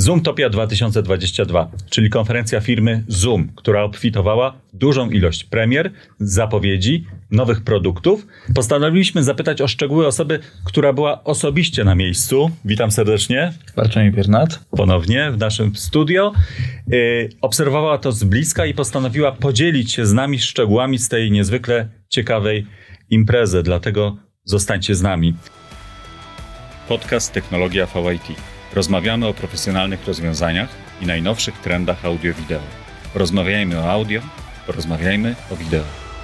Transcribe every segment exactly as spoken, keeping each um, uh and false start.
Zoomtopia dwa tysiące dwadzieścia dwa, czyli konferencja firmy Zoom, która obfitowała dużą ilość premier, zapowiedzi, nowych produktów. Postanowiliśmy zapytać o szczegóły osoby, która była osobiście na miejscu. Witam serdecznie. Bartłomiej Biernat. Ponownie w naszym studio. Yy, obserwowała to z bliska i postanowiła podzielić się z nami szczegółami z tej niezwykle ciekawej imprezy. Dlatego zostańcie z nami. Podcast Technologia V I T. Rozmawiamy o profesjonalnych rozwiązaniach i najnowszych trendach audio-wideo. Porozmawiajmy o audio, porozmawiajmy o wideo.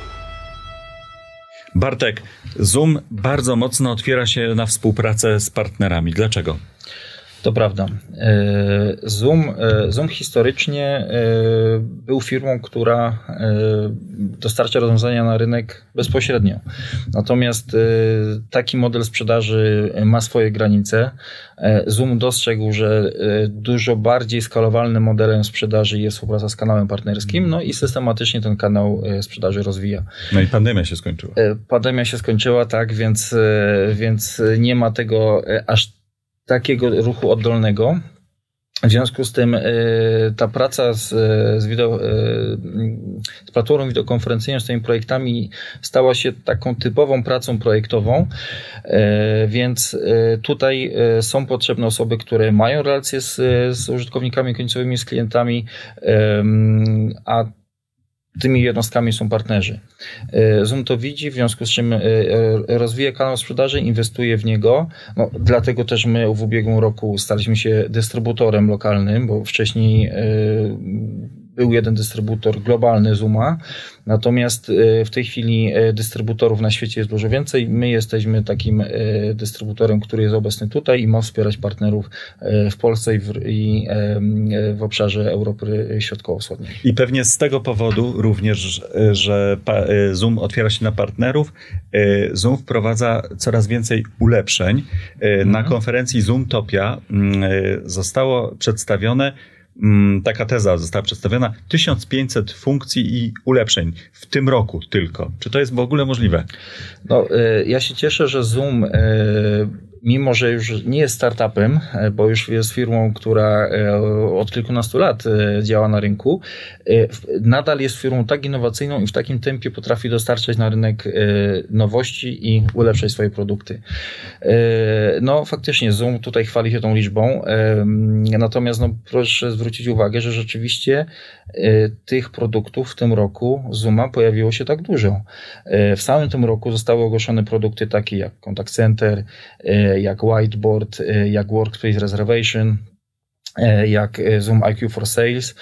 Bartek, Zoom bardzo mocno otwiera się na współpracę z partnerami. Dlaczego? To prawda. Zoom, Zoom historycznie był firmą, która dostarcza rozwiązania na rynek bezpośrednio. Natomiast taki model sprzedaży ma swoje granice. Zoom dostrzegł, że dużo bardziej skalowalnym modelem sprzedaży jest współpraca z kanałem partnerskim, no i systematycznie ten kanał sprzedaży rozwija. No i pandemia się skończyła. Pandemia się skończyła, tak, więc, więc nie ma tego aż takiego ruchu oddolnego. W związku z tym ta praca z, z, wideo, z platformą wideokonferencyjną, z tymi projektami stała się taką typową pracą projektową, więc tutaj są potrzebne osoby, które mają relacje z, z użytkownikami końcowymi, z klientami, a tymi jednostkami są partnerzy. Zoom to widzi, w związku z czym rozwija kanał sprzedaży, inwestuje w niego. No, dlatego też my w ubiegłym roku staliśmy się dystrybutorem lokalnym, bo wcześniej był jeden dystrybutor globalny Zooma, natomiast w tej chwili dystrybutorów na świecie jest dużo więcej. My jesteśmy takim dystrybutorem, który jest obecny tutaj i ma wspierać partnerów w Polsce i w, i w obszarze Europy Środkowo-Wschodniej. I pewnie z tego powodu również, że Zoom otwiera się na partnerów, Zoom wprowadza coraz więcej ulepszeń. Mhm. Na konferencji Zoomtopia zostało przedstawione Taka teza została przedstawiona, tysiąc pięćset funkcji i ulepszeń w tym roku tylko. Czy to jest w ogóle możliwe? No, ja się cieszę, że Zoom, mimo że już nie jest startupem, bo już jest firmą, która od kilkunastu lat działa na rynku, nadal jest firmą tak innowacyjną i w takim tempie potrafi dostarczać na rynek nowości i ulepszać swoje produkty. No faktycznie Zoom tutaj chwali się tą liczbą, natomiast no, proszę zwrócić uwagę, że rzeczywiście tych produktów w tym roku Zooma pojawiło się tak dużo. W samym tym roku zostały ogłoszone produkty takie jak Contact Center, jak Whiteboard, jak Workspace Reservation, jak Zoom I Q for Sales.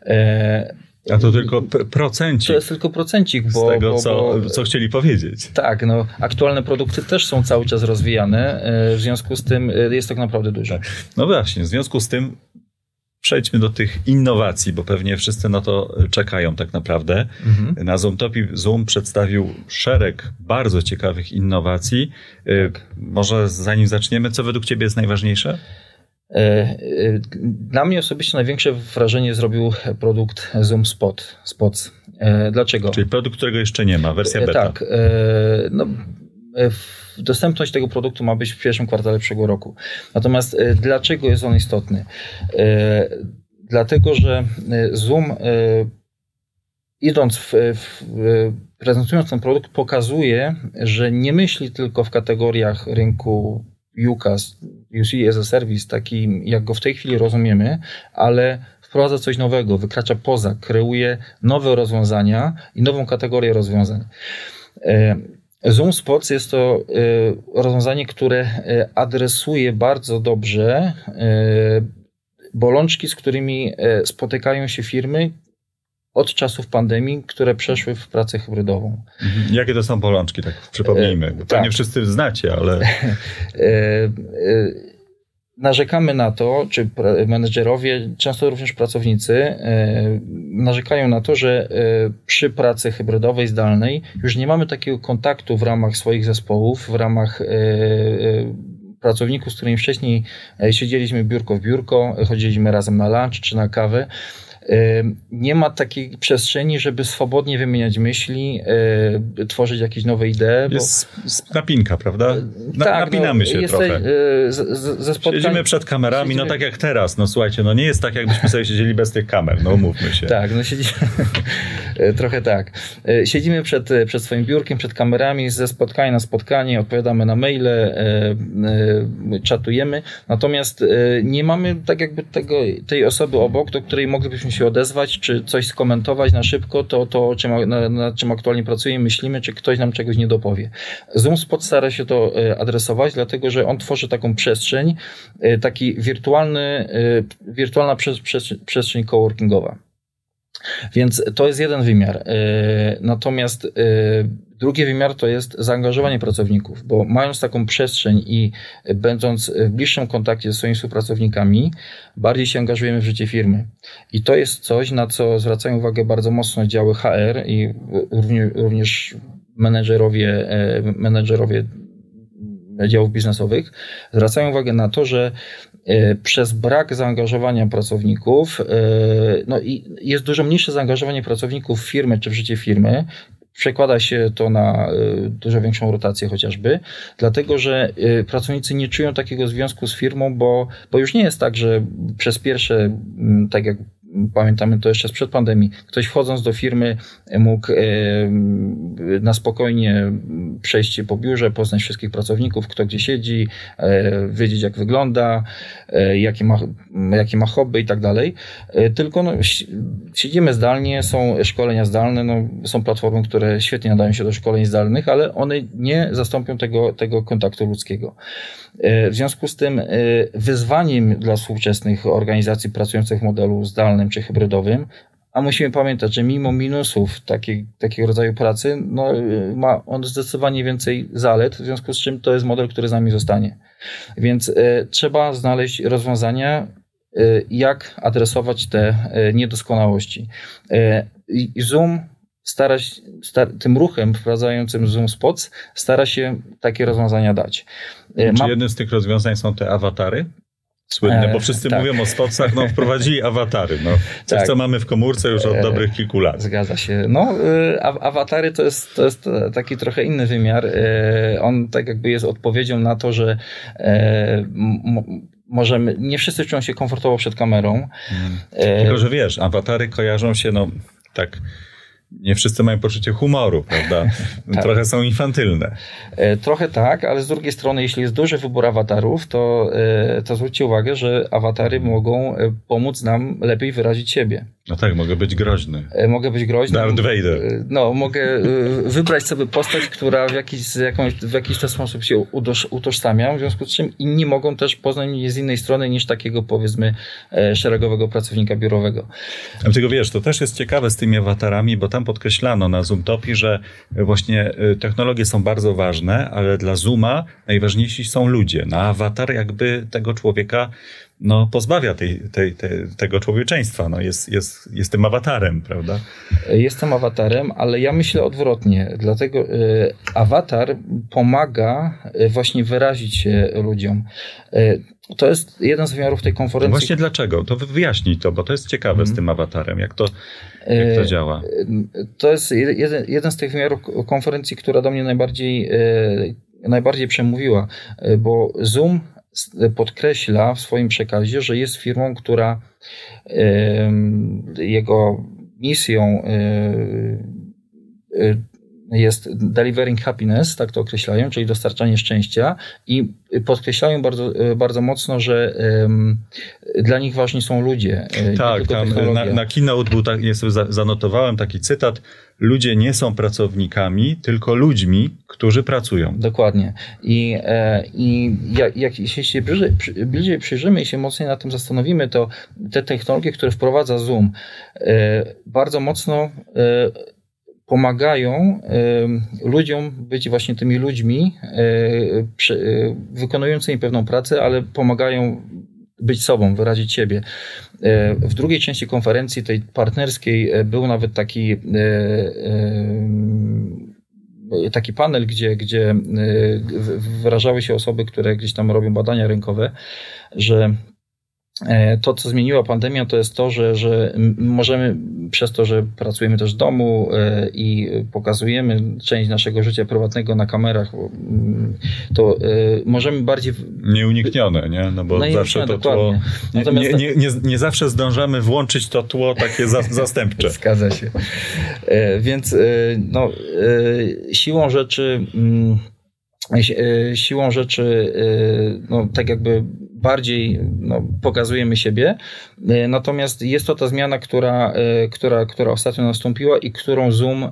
A to tylko procencik. To jest tylko procencik, bo... Z tego, bo, co, bo, co chcieli powiedzieć. Tak, no aktualne produkty też są cały czas rozwijane, w związku z tym jest tak naprawdę dużo. Tak. No właśnie, w związku z tym przejdźmy do tych innowacji, bo pewnie wszyscy na to czekają tak naprawdę. Mhm. Na Zoomtopii Zoom przedstawił szereg bardzo ciekawych innowacji. Tak. Może zanim zaczniemy, co według Ciebie jest najważniejsze? Dla mnie osobiście największe wrażenie zrobił produkt Zoom Spot. Spots. Dlaczego? Czyli produkt, którego jeszcze nie ma, wersja beta. Tak. No, dostępność tego produktu ma być w pierwszym kwartale przyszłego roku. Natomiast dlaczego jest on istotny? Dlatego, że Zoom idąc w, w, prezentując ten produkt pokazuje, że nie myśli tylko w kategoriach rynku U C A S, U C as a Service, takim jak go w tej chwili rozumiemy, ale wprowadza coś nowego, wykracza poza, kreuje nowe rozwiązania i nową kategorię rozwiązań. Zoom Spots jest to rozwiązanie, które adresuje bardzo dobrze bolączki, z którymi spotykają się firmy od czasów pandemii, które przeszły w pracę hybrydową. Jakie to są bolączki, tak przypomnijmy. Bo tak. Nie wszyscy znacie, ale... Narzekamy na to, czy menedżerowie, często również pracownicy, narzekają na to, że przy pracy hybrydowej, zdalnej już nie mamy takiego kontaktu w ramach swoich zespołów, w ramach pracowników, z którymi wcześniej siedzieliśmy biurko w biurko, chodziliśmy razem na lunch czy na kawę. Nie ma takiej przestrzeni, żeby swobodnie wymieniać myśli, tworzyć jakieś nowe idee. Jest bo... napinka, prawda? Na, tak, napinamy no, się jest trochę. Z, z, ze spotkań... Siedzimy przed kamerami, Siedzimy... no tak jak teraz. No słuchajcie, no nie jest tak, jakbyśmy sobie siedzieli bez tych kamer, no umówmy się. Tak, no siedzimy... trochę tak. Siedzimy przed, przed swoim biurkiem, przed kamerami, ze spotkania na spotkanie, odpowiadamy na maile, czatujemy, natomiast nie mamy tak jakby tego, tej osoby obok, do której moglibyśmy się odezwać, czy coś skomentować na szybko, to, to czym, na, nad czym aktualnie pracujemy, myślimy, czy ktoś nam czegoś nie dopowie. ZoomSpot stara się to adresować, dlatego że on tworzy taką przestrzeń, taki wirtualny, wirtualna przestrzeń coworkingowa. Więc to jest jeden wymiar. Natomiast drugi wymiar to jest zaangażowanie pracowników, bo mając taką przestrzeń i będąc w bliższym kontakcie ze swoimi współpracownikami, bardziej się angażujemy w życie firmy. I to jest coś, na co zwracają uwagę bardzo mocno działy H R i również menedżerowie, menedżerowie działów biznesowych. Zwracają uwagę na to, że przez brak zaangażowania pracowników, no i jest dużo mniejsze zaangażowanie pracowników w firmę czy w życie firmy. Przekłada się to na dużo większą rotację chociażby, dlatego że pracownicy nie czują takiego związku z firmą, bo, bo już nie jest tak, że przez pierwsze, tak jak pamiętamy to jeszcze sprzed pandemii, ktoś wchodząc do firmy mógł na spokojnie przejść po biurze, poznać wszystkich pracowników, kto gdzie siedzi, wiedzieć jak wygląda, jakie ma, jakie ma hobby i tak dalej. Tylko no, siedzimy zdalnie, są szkolenia zdalne, no, są platformy, które świetnie nadają się do szkoleń zdalnych, ale one nie zastąpią tego, tego kontaktu ludzkiego. W związku z tym wyzwaniem dla współczesnych organizacji pracujących w modelu zdalnym czy hybrydowym, a musimy pamiętać, że mimo minusów takiej, takiego rodzaju pracy, no, ma on zdecydowanie więcej zalet, w związku z czym to jest model, który z nami zostanie. Więc y, trzeba znaleźć rozwiązania, y, jak adresować te y, niedoskonałości. Y, Zoom stara się, star, tym ruchem wprowadzającym ZoomSpots stara się takie rozwiązania dać. Czy Ma... jednym z tych rozwiązań są te awatary? Słynne, bo wszyscy e, tak. mówią o spotsach, no wprowadzili awatary. No, coś, tak. co mamy w komórce już od dobrych kilku lat. Zgadza się. No, awatary to jest, to jest taki trochę inny wymiar. On tak jakby jest odpowiedzią na to, że możemy, nie wszyscy czują się komfortowo przed kamerą. Hmm. Tylko, że wiesz, awatary kojarzą się, no tak... Nie wszyscy mają poczucie humoru, prawda? Tak. Trochę są infantylne. Trochę tak, ale z drugiej strony, jeśli jest duży wybór awatarów, to, to zwróćcie uwagę, że awatary mogą pomóc nam lepiej wyrazić siebie. No tak, mogę być groźny. Mogę być groźny. Darth Vader. No, mogę wybrać sobie postać, która w jakiś, jakąś, w jakiś ten sposób się utożsamia, w związku z czym inni mogą też poznać mnie z innej strony niż takiego, powiedzmy, szeregowego pracownika biurowego. A tylko wiesz, to też jest ciekawe z tymi awatarami, bo tam podkreślano na Zoomtopii, że właśnie technologie są bardzo ważne, ale dla Zooma najważniejsi są ludzie. Na awatar jakby tego człowieka no, pozbawia tej, tej, tej, tego człowieczeństwa. No, jest, jest, jest tym awatarem, prawda? Jestem awatarem, ale ja myślę odwrotnie. Dlatego y, awatar pomaga właśnie wyrazić się ludziom. Y, to jest jeden z wymiarów tej konferencji. No właśnie dlaczego? To wyjaśnij to, bo to jest ciekawe hmm. z tym awatarem. Jak to, jak to działa? To jest jeden, jeden z tych wymiarów konferencji, która do mnie najbardziej, y, najbardziej przemówiła, y, bo Zoom podkreśla w swoim przekazie, że jest firmą, która y, jego misją y, y, jest delivering happiness, tak to określają, czyli dostarczanie szczęścia i podkreślają bardzo, bardzo mocno, że um, dla nich ważni są ludzie. Tak, tam na, na keynote był tak, ja sobie zanotowałem taki cytat: ludzie nie są pracownikami, tylko ludźmi, którzy pracują. Dokładnie. I, e, i jak, jak jeśli się bliżej, bliżej przyjrzymy i się mocniej nad tym zastanowimy, to te technologie, które wprowadza Zoom, e, bardzo mocno e, pomagają y, ludziom być właśnie tymi ludźmi y, przy, y, wykonującymi pewną pracę, ale pomagają być sobą, wyrazić siebie. Y, w drugiej części konferencji, tej partnerskiej, y, był nawet taki y, y, taki panel, gdzie, gdzie wyrażały się osoby, które gdzieś tam robią badania rynkowe, że to, co zmieniła pandemia, to jest to, że, że możemy przez to, że pracujemy też w domu i pokazujemy część naszego życia prywatnego na kamerach, to możemy bardziej... Nieuniknione, nie? No bo no zawsze to dokładnie. tło... Natomiast... Nie, nie, nie, nie zawsze zdążamy włączyć to tło takie za, zastępcze. Zgadza się. Więc no, siłą rzeczy... Siłą rzeczy, no, tak jakby bardziej no, pokazujemy siebie, natomiast jest to ta zmiana, która, która, która ostatnio nastąpiła i którą Zoom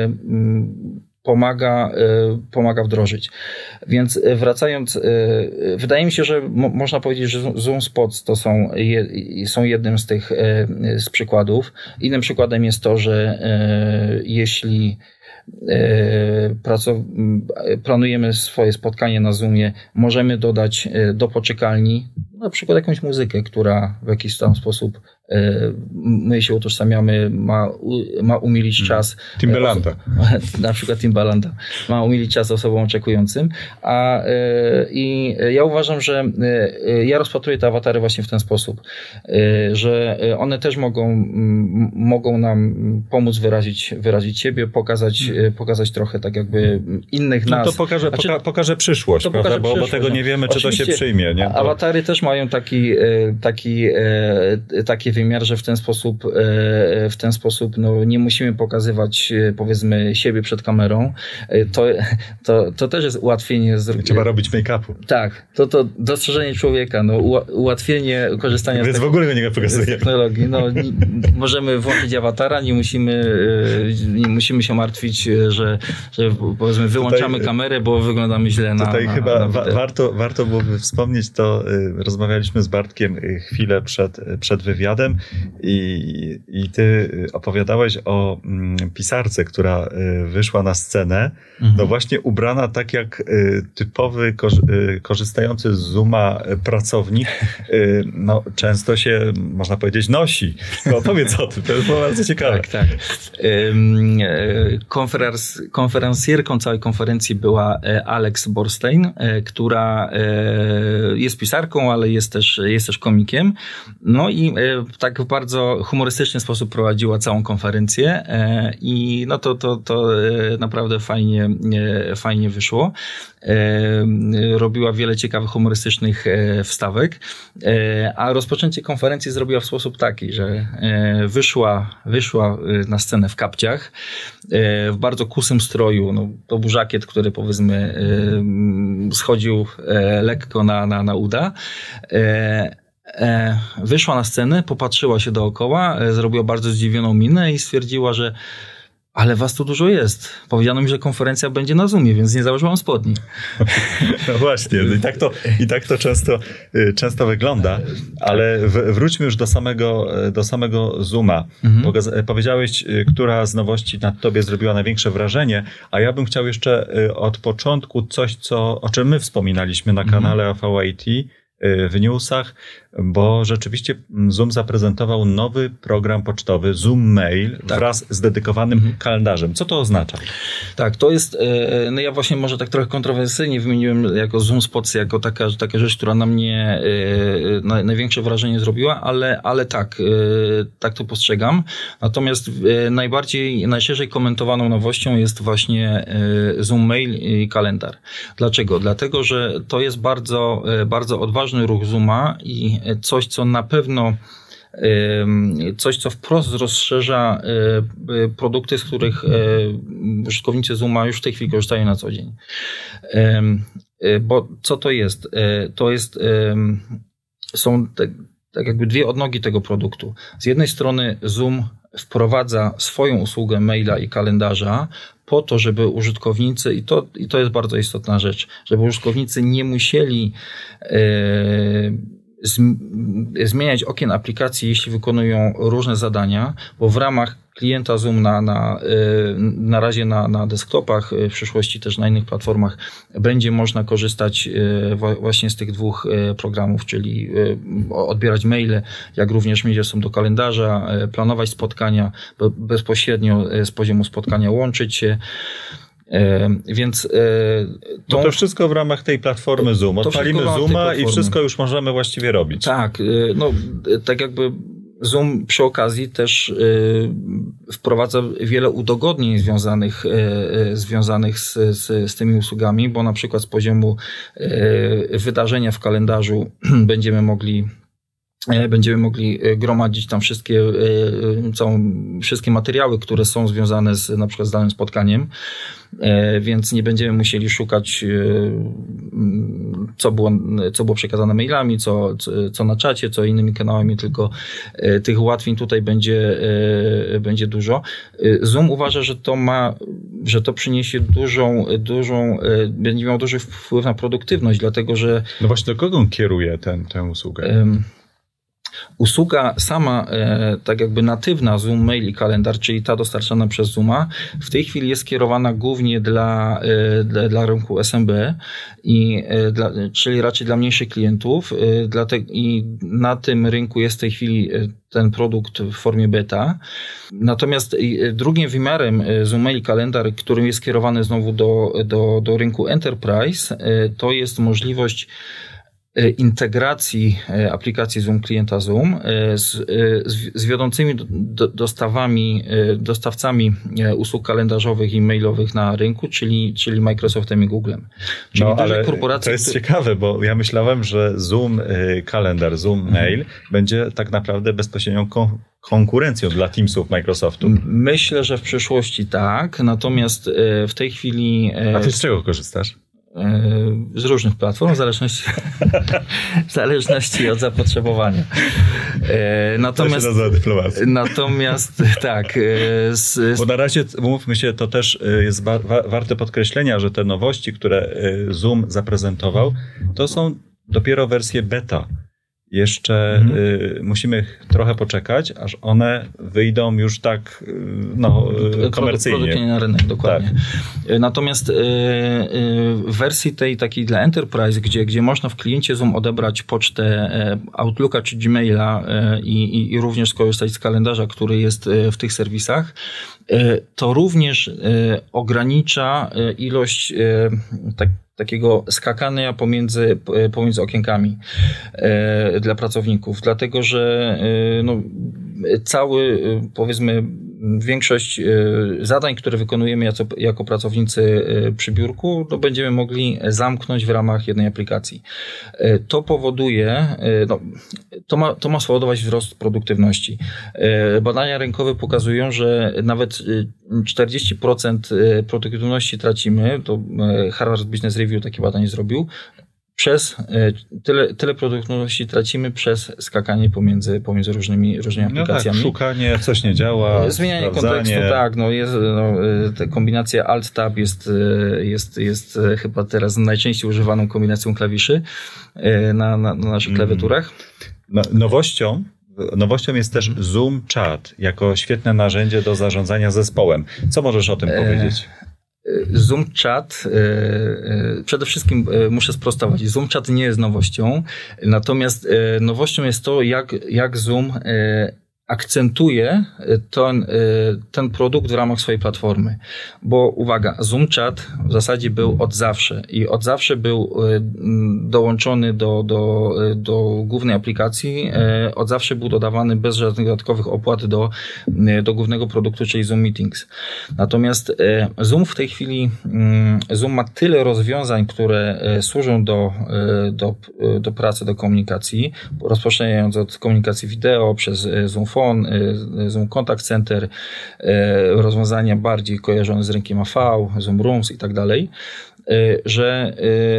pomaga, pomaga wdrożyć. Więc wracając, wydaje mi się, że mo- można powiedzieć, że Zoom Spots to są, je, są jednym z tych z przykładów. Innym przykładem jest to, że jeśli Praco- planujemy swoje spotkanie na Zoomie, możemy dodać do poczekalni na przykład jakąś muzykę, która w jakiś tam sposób my się utożsamiamy, ma, ma umilić czas. Timbalanda. Na przykład Timbalanda. Ma umilić czas osobom oczekującym. A, i ja uważam, że ja rozpatruję te awatary właśnie w ten sposób, że one też mogą, mogą nam pomóc wyrazić, wyrazić siebie, pokazać, pokazać trochę tak jakby innych nas. No to pokaże, znaczy, poka- pokaże przyszłość, to pokaże prawda? Przyszłość, bo, bo tego nie wiemy, czy to się przyjmie. Nie? To... Awatary też mają taki, taki, taki wymiar, że w ten sposób, w ten sposób no, nie musimy pokazywać powiedzmy siebie przed kamerą. To, to, to też jest ułatwienie. Z... Trzeba robić make-upu. Tak, to, to dostrzeżenie człowieka, no, ułatwienie korzystania Więc z, w ogóle go nie pokazuje. z technologii. No, nie, możemy włączyć awatara, nie musimy, nie musimy się martwić, że, że powiedzmy wyłączamy tutaj, kamerę, bo wyglądamy źle na Tutaj na, chyba na wa- warto, warto byłoby wspomnieć to, rozmawialiśmy z Bartkiem chwilę przed, przed wywiadem i, i ty opowiadałeś o pisarce, która wyszła na scenę, mhm. no właśnie ubrana tak jak typowy korzystający z Zooma pracownik, no często się, można powiedzieć, nosi. No opowiedz o tym, to jest bardzo ciekawe. Tak, tak. Konferens, konferencjerką całej konferencji była Alex Borstein, która jest pisarką, ale jest też, jest też komikiem. No i tak w bardzo humorystyczny sposób prowadziła całą konferencję i no to, to, to naprawdę fajnie, fajnie wyszło. Robiła wiele ciekawych humorystycznych wstawek, a rozpoczęcie konferencji zrobiła w sposób taki, że wyszła, wyszła na scenę w kapciach, w bardzo kusym stroju. No, to był żakiet, który powiedzmy schodził lekko na, na, na uda. Wyszła na scenę, popatrzyła się dookoła, zrobiła bardzo zdziwioną minę i stwierdziła, że ale was tu dużo jest. Powiedziano mi, że konferencja będzie na Zoomie, więc nie założyłam spodni. No właśnie, i tak to, i tak to często, często wygląda, ale w, wróćmy już do samego, do samego Zooma. Mhm. Powiedziałeś, która z nowości na tobie zrobiła największe wrażenie, a ja bym chciał jeszcze od początku coś, co, o czym my wspominaliśmy na kanale mhm. A V I T w newsach, bo rzeczywiście Zoom zaprezentował nowy program pocztowy Zoom Mail tak. wraz z dedykowanym mhm. kalendarzem. Co to oznacza? Tak, to jest, no ja właśnie może tak trochę kontrowersyjnie wymieniłem jako Zoom Spots, jako taka, taka rzecz, która na mnie na, największe wrażenie zrobiła, ale, ale tak, tak to postrzegam. Natomiast najbardziej, najszerzej komentowaną nowością jest właśnie Zoom Mail i kalendarz. Dlaczego? Dlatego, że to jest bardzo, bardzo odważny ruch Zooma i coś, co na pewno coś, co wprost rozszerza produkty, z których użytkownicy Zooma już w tej chwili korzystają na co dzień. Bo co to jest? To jest, są te, tak jakby dwie odnogi tego produktu. Z jednej strony Zoom wprowadza swoją usługę maila i kalendarza po to, żeby użytkownicy, i to, i to jest bardzo istotna rzecz, żeby użytkownicy nie musieli zmieniać okien aplikacji, jeśli wykonują różne zadania, bo w ramach klienta Zoom na, na, na razie na, na desktopach, w przyszłości też na innych platformach będzie można korzystać właśnie z tych dwóch programów, czyli odbierać maile, jak również mieć dostęp do kalendarza, planować spotkania, bezpośrednio z poziomu spotkania łączyć się. Więc tą... no to wszystko w ramach tej platformy Zoom. Odpalimy Zooma i wszystko już możemy właściwie robić. Tak, no tak jakby Zoom przy okazji też y, wprowadza wiele udogodnień związanych, y, związanych z, z, z tymi usługami, bo na przykład z poziomu y, wydarzenia w kalendarzu będziemy mogli Będziemy mogli gromadzić tam wszystkie, całą, wszystkie materiały, które są związane z na przykład z danym spotkaniem, więc nie będziemy musieli szukać, co było, co było przekazane mailami, co, co na czacie, co innymi kanałami, tylko tych ułatwień tutaj będzie, będzie dużo. Zoom uważa, że to ma, że to przyniesie dużą, dużą, będzie miał duży wpływ na produktywność, dlatego że... No właśnie, do kogo on kieruje ten, tę usługę? Um, Usługa sama, e, tak jakby natywna Zoom Mail i kalendar, czyli ta dostarczana przez Zooma, w tej chwili jest kierowana głównie dla, e, dla, dla rynku S M B, i, e, dla, czyli raczej dla mniejszych klientów. E, dla te, I na tym rynku jest w tej chwili ten produkt w formie beta. Natomiast e, drugim wymiarem Zoom Mail i kalendar, którym jest kierowany znowu do, do, do rynku Enterprise, e, to jest możliwość integracji aplikacji Zoom klienta Zoom z, z, z wiodącymi do, dostawami, dostawcami usług kalendarzowych i mailowych na rynku, czyli, czyli Microsoftem i Googlem. Czyli no, ale to jest które... ciekawe, bo ja myślałem, że Zoom kalendar, Zoom Mail mhm. będzie tak naprawdę bezpośrednią kon- konkurencją dla Teamsów Microsoftu. Myślę, że w przyszłości tak, natomiast w tej chwili... A ty z czego korzystasz? Z różnych platform, w zależności, w zależności od zapotrzebowania. Natomiast, natomiast tak. Z, Bo na razie, mówmy się, to też jest wa- wa- warte podkreślenia, że te nowości, które Zoom zaprezentował, to są dopiero wersje beta. Jeszcze mhm. y, musimy trochę poczekać, aż one wyjdą już tak no, komercyjnie. Produkcyjnie na rynek, dokładnie. Tak. Natomiast y, y, w wersji tej takiej dla Enterprise, gdzie, gdzie można w kliencie Zoom odebrać pocztę Outlooka czy Gmaila y, i, i również skorzystać z kalendarza, który jest w tych serwisach, y, to również y, ogranicza ilość y, tak takiego skakania pomiędzy, pomiędzy okienkami e, dla pracowników, dlatego że e, no, cały, powiedzmy, większość e, zadań, które wykonujemy jako, jako pracownicy e, przy biurku, to będziemy mogli zamknąć w ramach jednej aplikacji. E, to powoduje, e, no, to ma, to ma spowodować wzrost produktywności. E, badania rynkowe pokazują, że nawet czterdzieści procent produktywności tracimy, to Harvard Business Review takie badanie zrobił, przez tyle, tyle produktywności tracimy przez skakanie pomiędzy, pomiędzy różnymi, różnymi aplikacjami. No tak, szukanie, coś nie działa, zmienianie sprawdzanie. kontekstu, tak, no jest, no, ta kombinacja Alt-Tab jest, jest, jest chyba teraz najczęściej używaną kombinacją klawiszy na, na, na naszych klawiaturach. No, nowością Nowością jest też Zoom Chat jako świetne narzędzie do zarządzania zespołem. Co możesz o tym powiedzieć? Zoom Chat, przede wszystkim muszę sprostować, Zoom Chat nie jest nowością, natomiast nowością jest to, jak, jak Zoom akcentuje ten, ten produkt w ramach swojej platformy. Bo uwaga, Zoom Chat w zasadzie był od zawsze i od zawsze był dołączony do, do, do głównej aplikacji, od zawsze był dodawany bez żadnych dodatkowych opłat do, do głównego produktu, czyli Zoom Meetings. Natomiast Zoom w tej chwili, Zoom ma tyle rozwiązań, które służą do, do, do pracy, do komunikacji, rozpoczynając od komunikacji wideo przez Zoom Phone, Zoom Contact Center, rozwiązania bardziej kojarzone z rynkiem A V, Zoom Rooms i tak dalej, że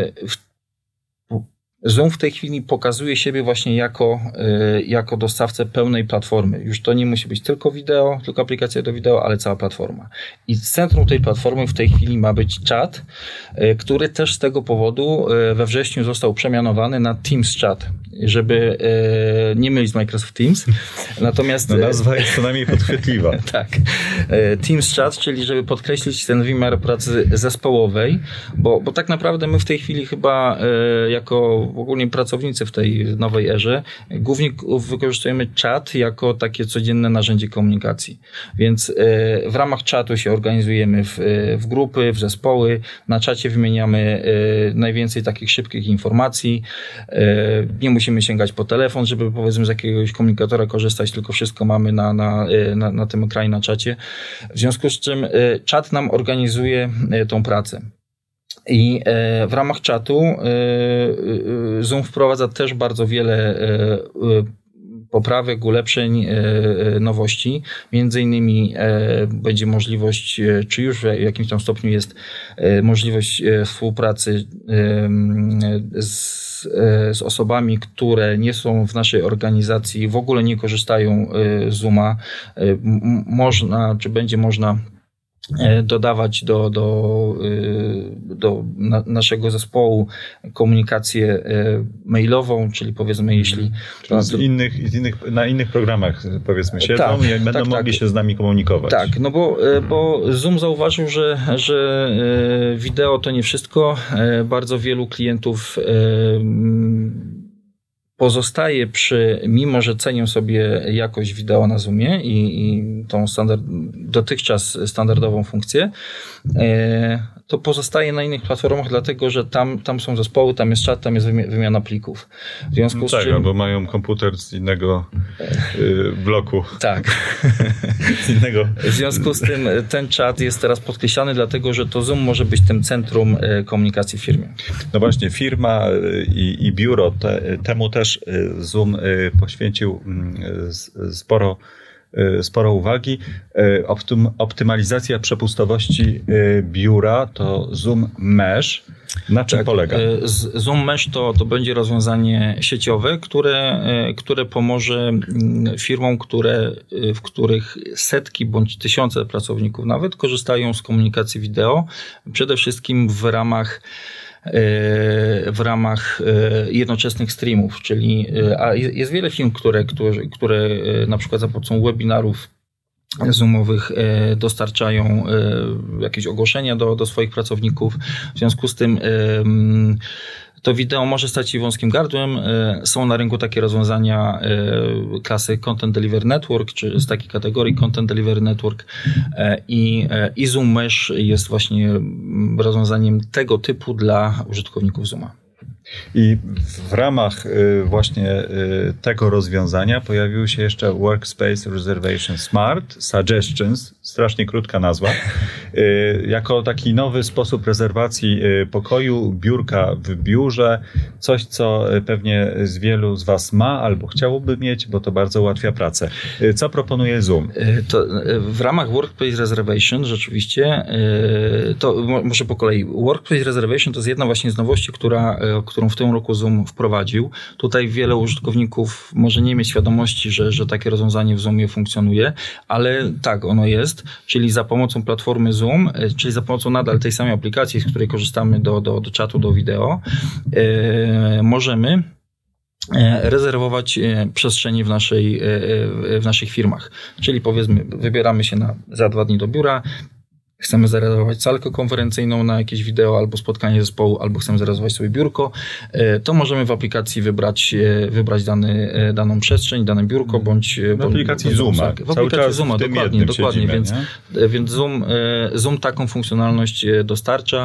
Zoom w tej chwili pokazuje siebie właśnie jako, jako dostawcę pełnej platformy. Już to nie musi być tylko wideo, tylko aplikacja do wideo, ale cała platforma. I w centrum tej platformy w tej chwili ma być czat, który też z tego powodu we wrześniu został przemianowany na Teams Chat, żeby nie mylić z Microsoft Teams. Natomiast no nazwa jest co najmniej podchwytliwa. Tak. Teams Chat, czyli żeby podkreślić ten wymiar pracy zespołowej, bo, bo tak naprawdę my w tej chwili chyba jako w ogóle pracownicy w tej nowej erze, głównie wykorzystujemy czat jako takie codzienne narzędzie komunikacji. Więc w ramach czatu się organizujemy w, w grupy, w zespoły. Na czacie wymieniamy najwięcej takich szybkich informacji. Nie musimy sięgać po telefon, żeby powiedzmy z jakiegoś komunikatora korzystać, tylko wszystko mamy na, na, na, na tym ekranie, na czacie. W związku z czym czat nam organizuje tą pracę. I w ramach czatu Zoom wprowadza też bardzo wiele poprawek, ulepszeń, nowości. Między innymi będzie możliwość, czy już w jakimś tam stopniu jest możliwość współpracy z z osobami, które nie są w naszej organizacji, w ogóle nie korzystają z Zooma. Można, czy będzie można dodawać do, do, do na, naszego zespołu komunikację mailową, czyli powiedzmy, jeśli... Czyli z innych, z innych, na innych programach powiedzmy siedzą tak, i będą tak, mogli tak. się z nami komunikować. Tak, no bo, bo Zoom zauważył, że, że wideo to nie wszystko. Bardzo wielu klientów pozostaje przy, mimo że cenią sobie jakość wideo na Zoomie i, i tą standard, dotychczas standardową funkcję, to pozostaje na innych platformach, dlatego że tam, tam są zespoły, tam jest czat, tam jest wymiana plików. W związku no z tak, czym... albo mają komputer z innego y, bloku. Tak. z innego... W związku z tym ten czat jest teraz podkreślany, dlatego że to Zoom może być tym centrum komunikacji w firmie. No właśnie, firma i, i biuro, te, temu też Zoom poświęcił sporo sporo uwagi. Optym, optymalizacja przepustowości biura to Zoom Mesh. Na czym tak, polega? Zoom Mesh to, to będzie rozwiązanie sieciowe, które, które pomoże firmom, które, w których setki bądź tysiące pracowników nawet korzystają z komunikacji wideo. Przede wszystkim w ramach w ramach jednoczesnych streamów, czyli a jest wiele firm, które, które, które na przykład za pomocą webinarów Zoomowych dostarczają jakieś ogłoszenia do, do swoich pracowników. W związku z tym to wideo może stać się wąskim gardłem. Są na rynku takie rozwiązania klasy Content Delivery Network, czy z takiej kategorii Content Delivery Network i, i Zoom Mesh jest właśnie rozwiązaniem tego typu dla użytkowników Zooma. I w ramach właśnie tego rozwiązania pojawił się jeszcze Workspace Reservation Smart Suggestions, strasznie krótka nazwa, jako taki nowy sposób rezerwacji pokoju, biurka w biurze, coś co pewnie z wielu z Was ma albo chciałoby mieć, bo to bardzo ułatwia pracę. Co proponuje Zoom? To w ramach Workspace Reservation rzeczywiście, to może po kolei, Workspace Reservation to jest jedna właśnie z nowości, która, którą w tym roku Zoom wprowadził. Tutaj wiele użytkowników może nie mieć świadomości, że, że takie rozwiązanie w Zoomie funkcjonuje, ale tak, ono jest, czyli za pomocą platformy Zoom, czyli za pomocą nadal tej samej aplikacji, z której korzystamy do, do, do czatu, do wideo, yy, możemy rezerwować przestrzenie w, naszej, w naszych firmach. Czyli powiedzmy, wybieramy się na, za dwa dni do biura, chcemy zarezerwować salkę konferencyjną na jakieś wideo albo spotkanie zespołu, albo chcemy zarezerwować sobie biurko, to możemy w aplikacji wybrać, wybrać dany, daną przestrzeń, dane biurko, bądź... W aplikacji bądź, Zooma. W aplikacji Zooma, dokładnie, dokładnie. Siedzimy, więc, więc Zoom, Zoom taką funkcjonalność dostarcza.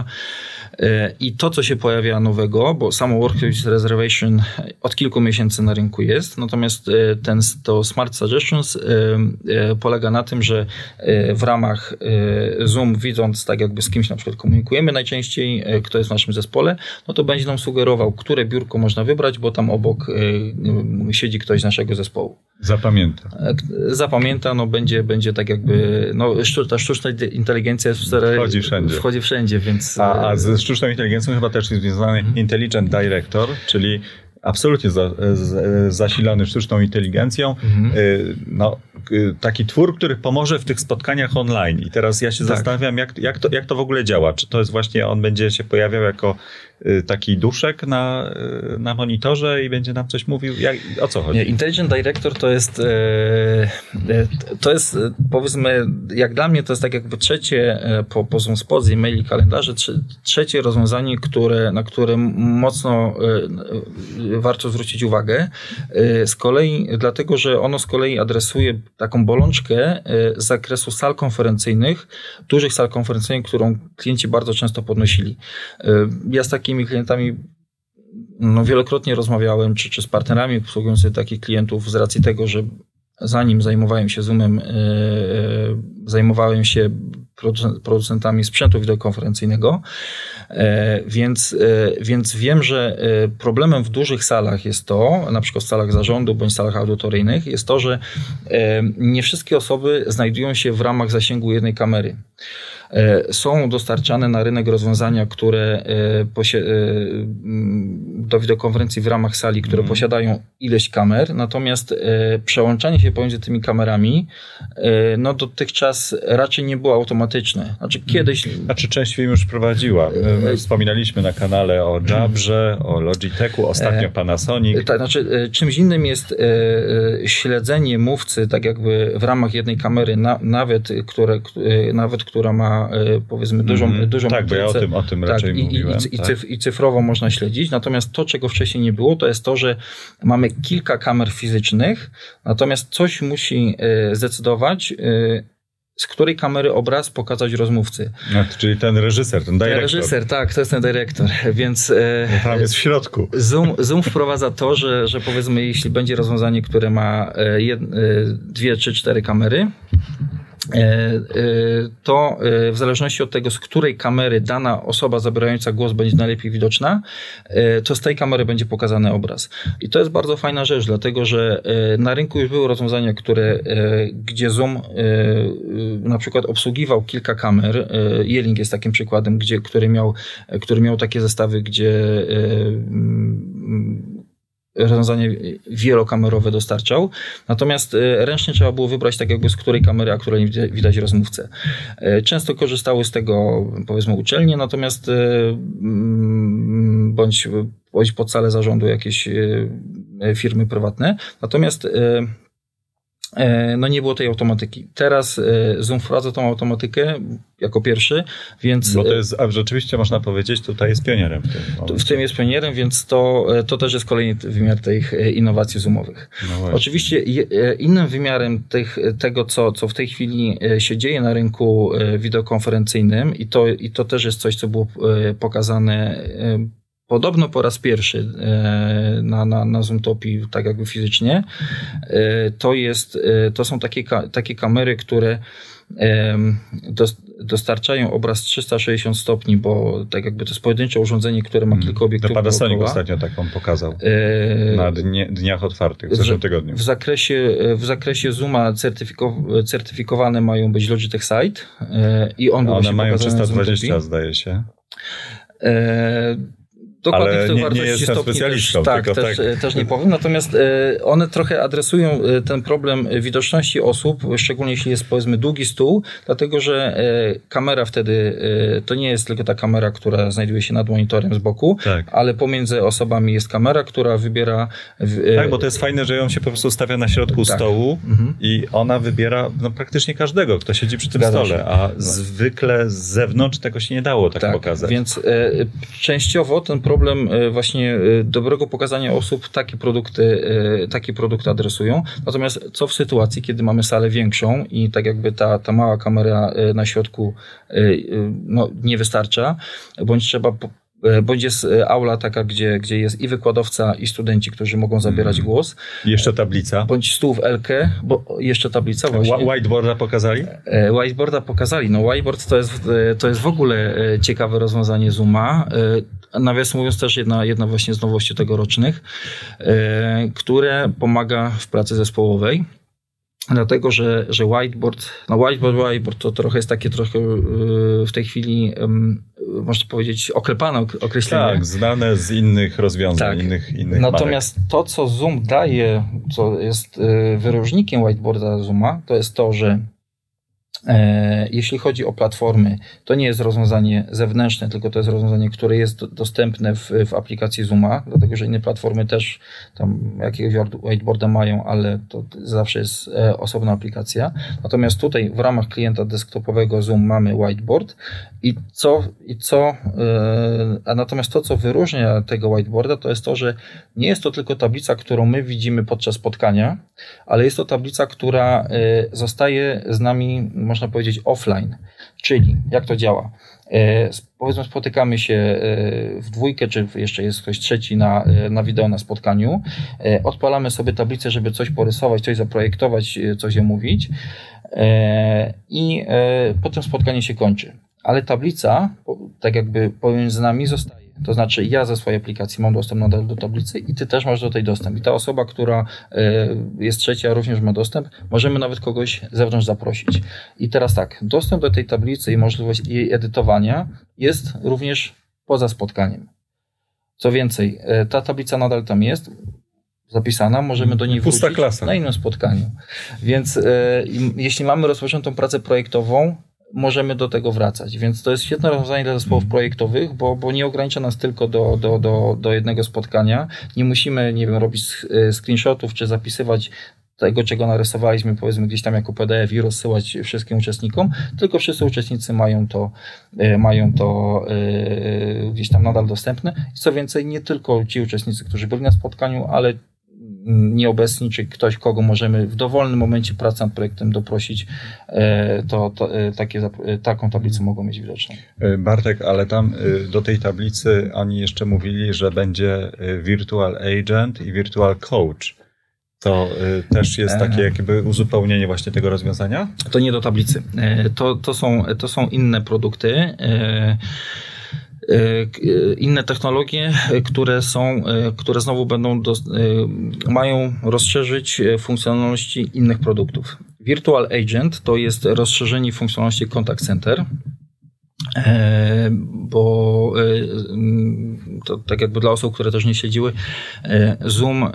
I to, co się pojawia nowego, bo samo Workspace Reservation od kilku miesięcy na rynku jest, natomiast ten, to Smart Suggestions polega na tym, że w ramach Zoom, widząc tak jakby z kimś na przykład komunikujemy najczęściej, kto jest w naszym zespole, no to będzie nam sugerował, które biurko można wybrać, bo tam obok siedzi ktoś z naszego zespołu. Zapamięta. Zapamięta, no będzie, będzie tak jakby, no ta sztuczna inteligencja jest wchodzi wszędzie. Wchodzi wszędzie, więc... A, a ze sztuczną inteligencją chyba też jest związany mm. Intelligent Director, czyli absolutnie za, z, zasilony sztuczną inteligencją. Mm. No, taki twór, który pomoże w tych spotkaniach online. I teraz ja się tak. zastanawiam, jak, jak, to, jak to w ogóle działa. Czy to jest właśnie, on będzie się pojawiał jako taki duszek na, na monitorze i będzie nam coś mówił? Jak, o co chodzi? Nie, Intelligent Director to jest to jest powiedzmy, jak dla mnie to jest tak jakby trzecie po, po ZoomSpot, e-maili, kalendarze, trzecie rozwiązanie, które, na które mocno warto zwrócić uwagę. Z kolei dlatego, że ono z kolei adresuje taką bolączkę z zakresu sal konferencyjnych, dużych sal konferencyjnych, którą klienci bardzo często podnosili. Ja z takimi klientami no, wielokrotnie rozmawiałem, czy, czy z partnerami obsługującymi takich klientów z racji tego, że zanim zajmowałem się Zoomem, yy, zajmowałem się producentami sprzętu wideokonferencyjnego, yy, więc, yy, więc wiem, że yy, problemem w dużych salach jest to, na przykład w salach zarządu bądź salach audytoryjnych, jest to, że yy, nie wszystkie osoby znajdują się w ramach zasięgu jednej kamery. Są dostarczane na rynek rozwiązania, które do wideokonferencji w ramach sali, które mm. posiadają ileś kamer, natomiast przełączanie się pomiędzy tymi kamerami no dotychczas raczej nie było automatyczne. Znaczy kiedyś... Znaczy część firm już prowadziła. My wspominaliśmy na kanale o Jabrze, o Logitechu, ostatnio Panasonic. Tak, znaczy czymś innym jest śledzenie mówcy tak jakby w ramach jednej kamery, na, nawet, które, nawet która ma powiedzmy dużą, mm, dużą tak, matrycę, bo ja o tym, o tym tak, raczej i, mówiłem. I, i, tak. cyf, I cyfrowo można śledzić, natomiast to, czego wcześniej nie było, to jest to, że mamy kilka kamer fizycznych, natomiast coś musi zdecydować, z której kamery obraz pokazać rozmówcy. No, czyli ten reżyser, ten dyrektor. Reżyser, tak, to jest ten dyrektor, więc... No, tam jest w środku. Zoom, Zoom wprowadza to, że, że powiedzmy, jeśli będzie rozwiązanie, które ma jed, dwie, trzy, cztery kamery, to w zależności od tego, z której kamery dana osoba zabierająca głos będzie najlepiej widoczna, to z tej kamery będzie pokazany obraz. I to jest bardzo fajna rzecz, dlatego że na rynku już były rozwiązania, które, gdzie Zoom na przykład obsługiwał kilka kamer. Yelling jest takim przykładem, gdzie, który miał, który miał takie zestawy, gdzie rozwiązanie wielokamerowe dostarczał. Natomiast ręcznie trzeba było wybrać tak jakby z której kamery aktualnie widać rozmówcę. Często korzystały z tego powiedzmy uczelnie, natomiast bądź, bądź pod salę zarządu jakieś firmy prywatne. Natomiast no nie było tej automatyki. Teraz Zoom wprowadza tą automatykę jako pierwszy, więc... Bo to jest, a rzeczywiście można powiedzieć, tutaj jest pionierem. W tym, w tym jest pionierem, więc to, to też jest kolejny wymiar tych innowacji Zoomowych. No oczywiście innym wymiarem tych, tego, co, co w tej chwili się dzieje na rynku wideokonferencyjnym i to, i to też jest coś, co było pokazane podobno po raz pierwszy na, na, na Zoomtopii, tak jakby fizycznie, to jest, to są takie, takie kamery, które dostarczają obraz trzysta sześćdziesiąt stopni, bo tak jakby to jest pojedyncze urządzenie, które ma kilka obiektywów. Panasonic ostatnio taką pokazał na dnie, dniach otwartych w zeszłym tygodniu. W zakresie, w zakresie Zooma certyfiko, certyfikowane mają być Logitech Site i on One mają trzysta dwadzieścia, zdaje się. E, Dokładnie ale w tej nie, wartości nie jestem stopni specjalistą. Też, tak, tylko też, tak. też nie powiem. Natomiast y, one trochę adresują y, ten problem widoczności osób, szczególnie jeśli jest powiedzmy długi stół, dlatego że y, kamera wtedy y, to nie jest tylko ta kamera, która znajduje się nad monitorem z boku, tak. ale pomiędzy osobami jest kamera, która wybiera... Y, tak, bo to jest fajne, że ją się po prostu stawia na środku tak. stołu mhm. i ona wybiera no, praktycznie każdego, kto siedzi przy tym Zgadza stole, się. a zwykle z zewnątrz tego się nie dało tak, tak pokazać. Więc y, częściowo ten problem problem właśnie dobrego pokazania osób takie produkty, takie produkty adresują. Natomiast co w sytuacji, kiedy mamy salę większą i tak jakby ta, ta mała kamera na środku no, nie wystarcza, bądź trzeba bądź jest aula taka, gdzie, gdzie jest i wykładowca, i studenci, którzy mogą zabierać mm. głos. I jeszcze tablica. Bądź stół w Elkę, bo jeszcze tablica właśnie. Whiteboarda pokazali? Whiteboarda pokazali. No whiteboard to jest, to jest w ogóle ciekawe rozwiązanie Zooma. Nawiasem mówiąc też jedna, jedna właśnie z nowości tegorocznych, które pomaga w pracy zespołowej. Dlatego, że, że whiteboard, no whiteboard, whiteboard to trochę jest takie trochę w tej chwili, można powiedzieć, oklepane określenie. Tak, znane z innych rozwiązań, tak. innych, innych Natomiast marek. to, co Zoom daje, co jest wyróżnikiem whiteboarda Zooma, to jest to, że Jeśli chodzi o platformy, to nie jest rozwiązanie zewnętrzne, tylko to jest rozwiązanie, które jest dostępne w, w aplikacji Zooma, dlatego że inne platformy też tam jakiegoś whiteboarda mają, ale to zawsze jest osobna aplikacja. Natomiast tutaj w ramach klienta desktopowego Zoom mamy whiteboard i co, i co a natomiast to, co wyróżnia tego whiteboarda, to jest to, że nie jest to tylko tablica, którą my widzimy podczas spotkania, ale jest to tablica, która zostaje z nami, można powiedzieć, offline. Czyli jak to działa? E, powiedzmy, spotykamy się w dwójkę, czy jeszcze jest ktoś trzeci na, na wideo na spotkaniu. E, odpalamy sobie tablicę, żeby coś porysować, coś zaprojektować, coś omówić e, i e, potem spotkanie się kończy. Ale tablica, tak jakby pomiędzy nami, zostaje. To znaczy ja ze swojej aplikacji mam dostęp nadal do tablicy i ty też masz do tej dostęp. I ta osoba, która jest trzecia, również ma dostęp. Możemy nawet kogoś z zewnątrz zaprosić. I teraz tak, dostęp do tej tablicy i możliwość jej edytowania jest również poza spotkaniem. Co więcej, ta tablica nadal tam jest zapisana, możemy do niej Pusta wrócić klasa. na innym spotkaniu. Więc jeśli mamy rozpoczętą pracę projektową, możemy do tego wracać, więc to jest świetne rozwiązanie dla zespołów mm. projektowych, bo, bo nie ogranicza nas tylko do, do, do, do jednego spotkania. Nie musimy, nie wiem, robić screenshotów czy zapisywać tego, czego narysowaliśmy, powiedzmy gdzieś tam jako P D F i rozsyłać wszystkim uczestnikom, tylko wszyscy uczestnicy mają to, mają to gdzieś tam nadal dostępne. I co więcej, nie tylko ci uczestnicy, którzy byli na spotkaniu, ale nieobecni, czy ktoś, kogo możemy w dowolnym momencie pracy nad projektem doprosić, to, to takie, taką tablicę mogą mieć widoczną. Bartek, ale tam do tej tablicy oni jeszcze mówili, że będzie Virtual Agent i Virtual Coach. To też jest takie jakby uzupełnienie właśnie tego rozwiązania? To nie do tablicy. To, to, są, to są inne produkty. Inne technologie, które są, które znowu będą, do, mają rozszerzyć funkcjonalności innych produktów. Virtual Agent to jest rozszerzenie funkcjonalności Contact Center, bo to tak jakby dla osób, które też nie śledziły, Zoom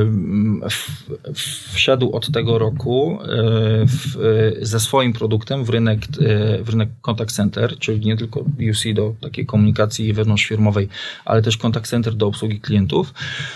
wszedł od tego roku w, ze swoim produktem w rynek, w rynek Contact Center, czyli nie tylko U C do takiej komunikacji wewnątrzfirmowej, ale też Contact Center do obsługi klientów.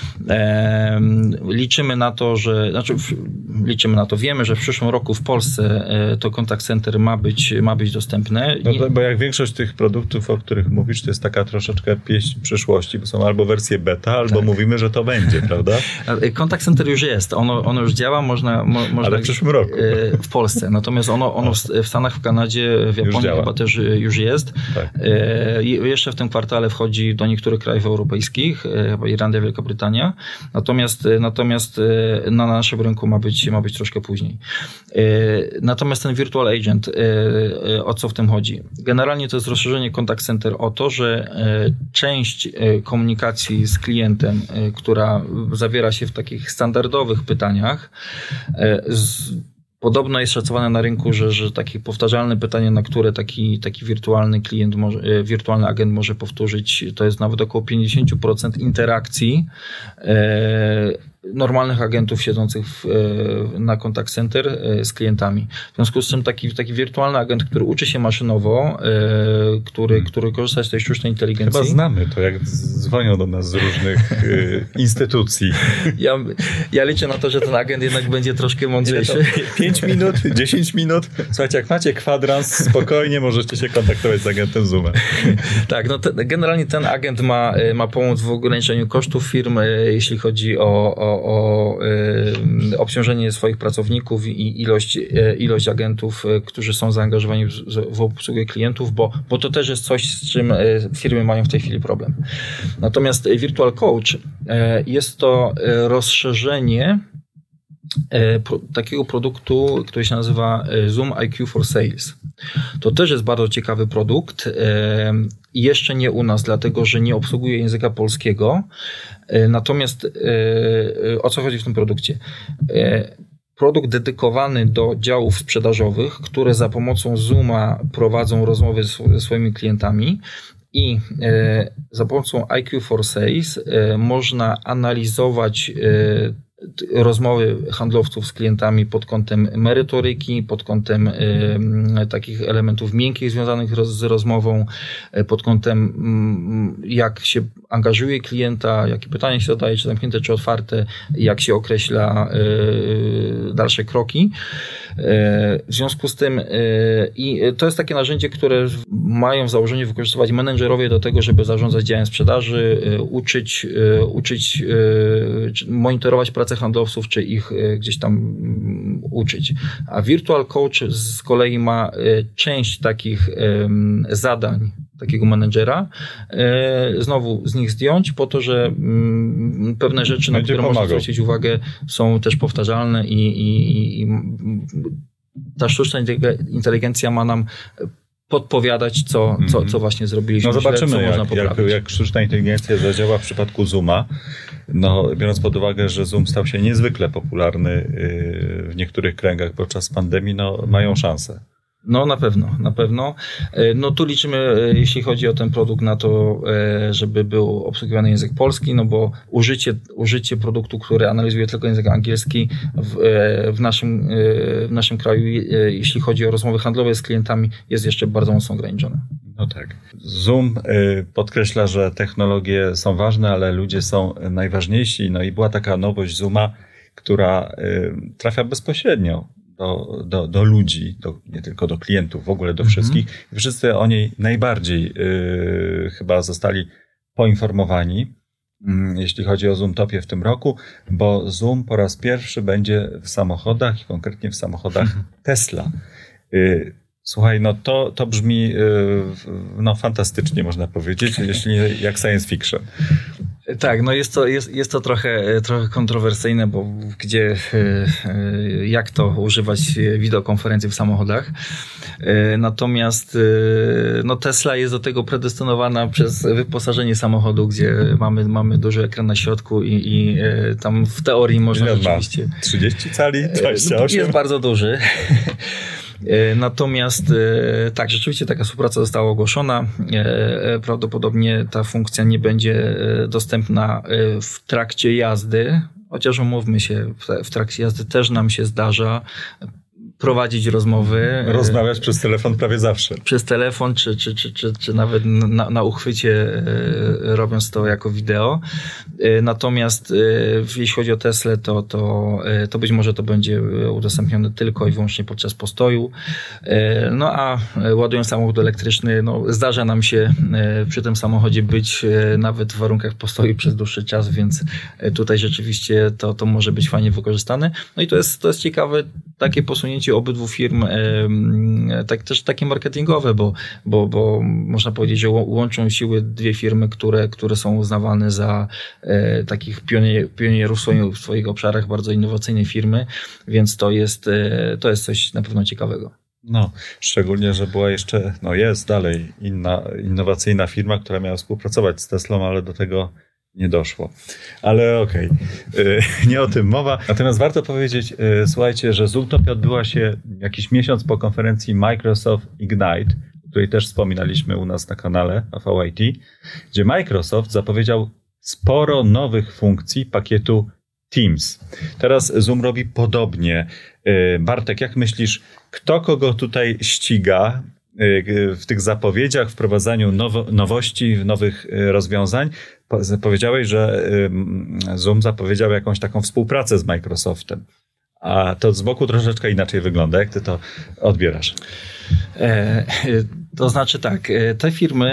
Liczymy na to, że, znaczy liczymy na to, wiemy, że w przyszłym roku w Polsce to Contact Center ma być, ma być dostępne. No to, bo jak większość tych produktów, o których mówisz, to jest taka troszeczkę pieśń przyszłości, bo są albo wersje beta, albo tak. mówimy, że to będzie, prawda? Contact Center już jest, ono, ono już działa, można... Mo, można Ale w przyszłym roku. W Polsce, natomiast ono, ono w Stanach, w Kanadzie, w Japonii chyba też już jest. Tak. Jeszcze w tym kwartale wchodzi do niektórych krajów europejskich, chyba Irlandia, Wielka Brytania, natomiast, natomiast na naszym rynku ma być, ma być troszkę później. Natomiast ten Virtual Agent, o co w tym chodzi? Generalnie to jest rozszerzenie Contact Center o to, że część komunikacji z klientem, która zawiera się w takich standardowych pytaniach, z, podobno jest szacowane na rynku, że, że takie powtarzalne pytanie, na które taki, taki wirtualny klient, może, wirtualny agent może powtórzyć, to jest nawet około pięćdziesiąt procent interakcji normalnych agentów siedzących w, na Contact Center z klientami. W związku z czym taki, taki wirtualny agent, który uczy się maszynowo, który, hmm. który korzysta z tej sztucznej inteligencji. Chyba znamy to, jak dzwonią do nas z różnych instytucji. Ja, ja liczę na to, że ten agent jednak będzie troszkę mądrzejszy. pięć minut, dziesięć minut. Słuchajcie, jak macie kwadrans, spokojnie możecie się kontaktować z agentem Zooma. Tak, no te, generalnie ten agent ma, ma pomóc w ograniczeniu kosztów firm, jeśli chodzi o, o o y, obciążenie swoich pracowników i ilość, y, ilość agentów, y, którzy są zaangażowani w, w obsługę klientów, bo, bo to też jest coś, z czym y, firmy mają w tej chwili problem. Natomiast Virtual Coach y, jest to y, rozszerzenie y, pro, takiego produktu, który się nazywa Zoom I Q for Sales. To też jest bardzo ciekawy produkt. Jeszcze nie u nas, dlatego że nie obsługuje języka polskiego. Natomiast o co chodzi w tym produkcie? Produkt dedykowany do działów sprzedażowych, które za pomocą Zooma prowadzą rozmowy ze swoimi klientami. I za pomocą I Q for Sales można analizować rozmowy handlowców z klientami pod kątem merytoryki, pod kątem y, takich elementów miękkich związanych roz, z rozmową, y, pod kątem y, jak się angażuje klienta, jakie pytania się zadaje, czy zamknięte, czy otwarte, jak się określa y, dalsze kroki. Y, w związku z tym y, i to jest takie narzędzie, które mają w założeniu wykorzystywać menedżerowie do tego, żeby zarządzać działem sprzedaży, y, uczyć, y, uczyć y, monitorować pracę handlowców, czy ich gdzieś tam uczyć. A Virtual Coach z kolei ma część takich zadań takiego menedżera, znowu z nich zdjąć po to, że pewne rzeczy, na które można zwrócić uwagę, są też powtarzalne i, i, i ta sztuczna inteligencja ma nam podpowiadać, co, co, co właśnie zrobiliśmy. No zobaczymy, źle, co jak, można jak, jak sztuczna inteligencja zadziała w przypadku Zooma. No, biorąc pod uwagę, że Zoom stał się niezwykle popularny w niektórych kręgach podczas pandemii, no mają szansę. No na pewno, na pewno. No tu liczymy, jeśli chodzi o ten produkt, na to, żeby był obsługiwany język polski, no bo użycie, użycie produktu, który analizuje tylko język angielski w, w, naszym, w naszym kraju, jeśli chodzi o rozmowy handlowe z klientami, jest jeszcze bardzo mocno ograniczone. No tak. Zoom podkreśla, że technologie są ważne, ale ludzie są najważniejsi. No i była taka nowość Zooma, która trafia bezpośrednio do, do, do ludzi, do, nie tylko do klientów, w ogóle do wszystkich. Mm-hmm. Wszyscy o niej najbardziej y, chyba zostali poinformowani, y, jeśli chodzi o Zoomtopię w tym roku, bo Zoom po raz pierwszy będzie w samochodach i konkretnie w samochodach mm-hmm. Tesla. Y, Słuchaj, no to, to brzmi no, fantastycznie, można powiedzieć, jeśli jak science fiction. Tak, no jest to, jest, jest to trochę, trochę kontrowersyjne, bo gdzie, jak to używać wideokonferencji w samochodach. Natomiast no Tesla jest do tego predestynowana przez wyposażenie samochodu, gdzie mamy, mamy duży ekran na środku i, i tam w teorii można Ile rzeczywiście... ma? trzydzieści cali? dwadzieścia osiem? Jest bardzo duży. Natomiast tak, rzeczywiście taka współpraca została ogłoszona. Prawdopodobnie ta funkcja nie będzie dostępna w trakcie jazdy, chociaż umówmy się, w trakcie jazdy też nam się zdarza prowadzić rozmowy. Rozmawiać przez telefon prawie zawsze. Przez telefon, czy, czy, czy, czy, czy nawet na, na uchwycie, robiąc to jako wideo. Natomiast jeśli chodzi o Teslę, to, to, to być może to będzie udostępnione tylko i wyłącznie podczas postoju. No a ładując samochód elektryczny, no zdarza nam się przy tym samochodzie być nawet w warunkach postoju przez dłuższy czas, więc tutaj rzeczywiście to, to może być fajnie wykorzystane. No i to jest, to jest ciekawe takie posunięcie obydwu firm, tak, też takie marketingowe, bo, bo, bo można powiedzieć, że łączą siły dwie firmy, które, które są uznawane za e, takich pionier, pionierów w swoich, w swoich obszarach, bardzo innowacyjne firmy, więc to jest, e, to jest coś na pewno ciekawego. No, szczególnie, że była jeszcze, no jest dalej inna innowacyjna firma, która miała współpracować z Teslą, ale do tego nie doszło. Ale okej, okay. Nie o tym mowa. Natomiast warto powiedzieć, słuchajcie, że Zoomtopia odbyła się jakiś miesiąc po konferencji Microsoft Ignite, o której też wspominaliśmy u nas na kanale V V I T, gdzie Microsoft zapowiedział sporo nowych funkcji pakietu Teams. Teraz Zoom robi podobnie. Bartek, jak myślisz, kto kogo tutaj ściga w tych zapowiedziach, wprowadzaniu now- nowości, nowych rozwiązań? Powiedziałeś, że Zoom zapowiedział jakąś taką współpracę z Microsoftem, a to z boku troszeczkę inaczej wygląda. Jak ty to odbierasz? E, to znaczy tak, te firmy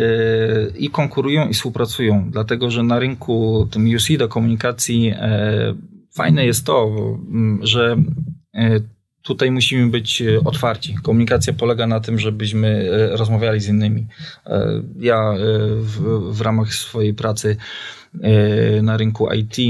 e, i konkurują, i współpracują, dlatego że na rynku tym U C do komunikacji e, fajne jest to, że e, tutaj musimy być otwarci. Komunikacja polega na tym, żebyśmy rozmawiali z innymi. Ja w, w ramach swojej pracy na rynku I T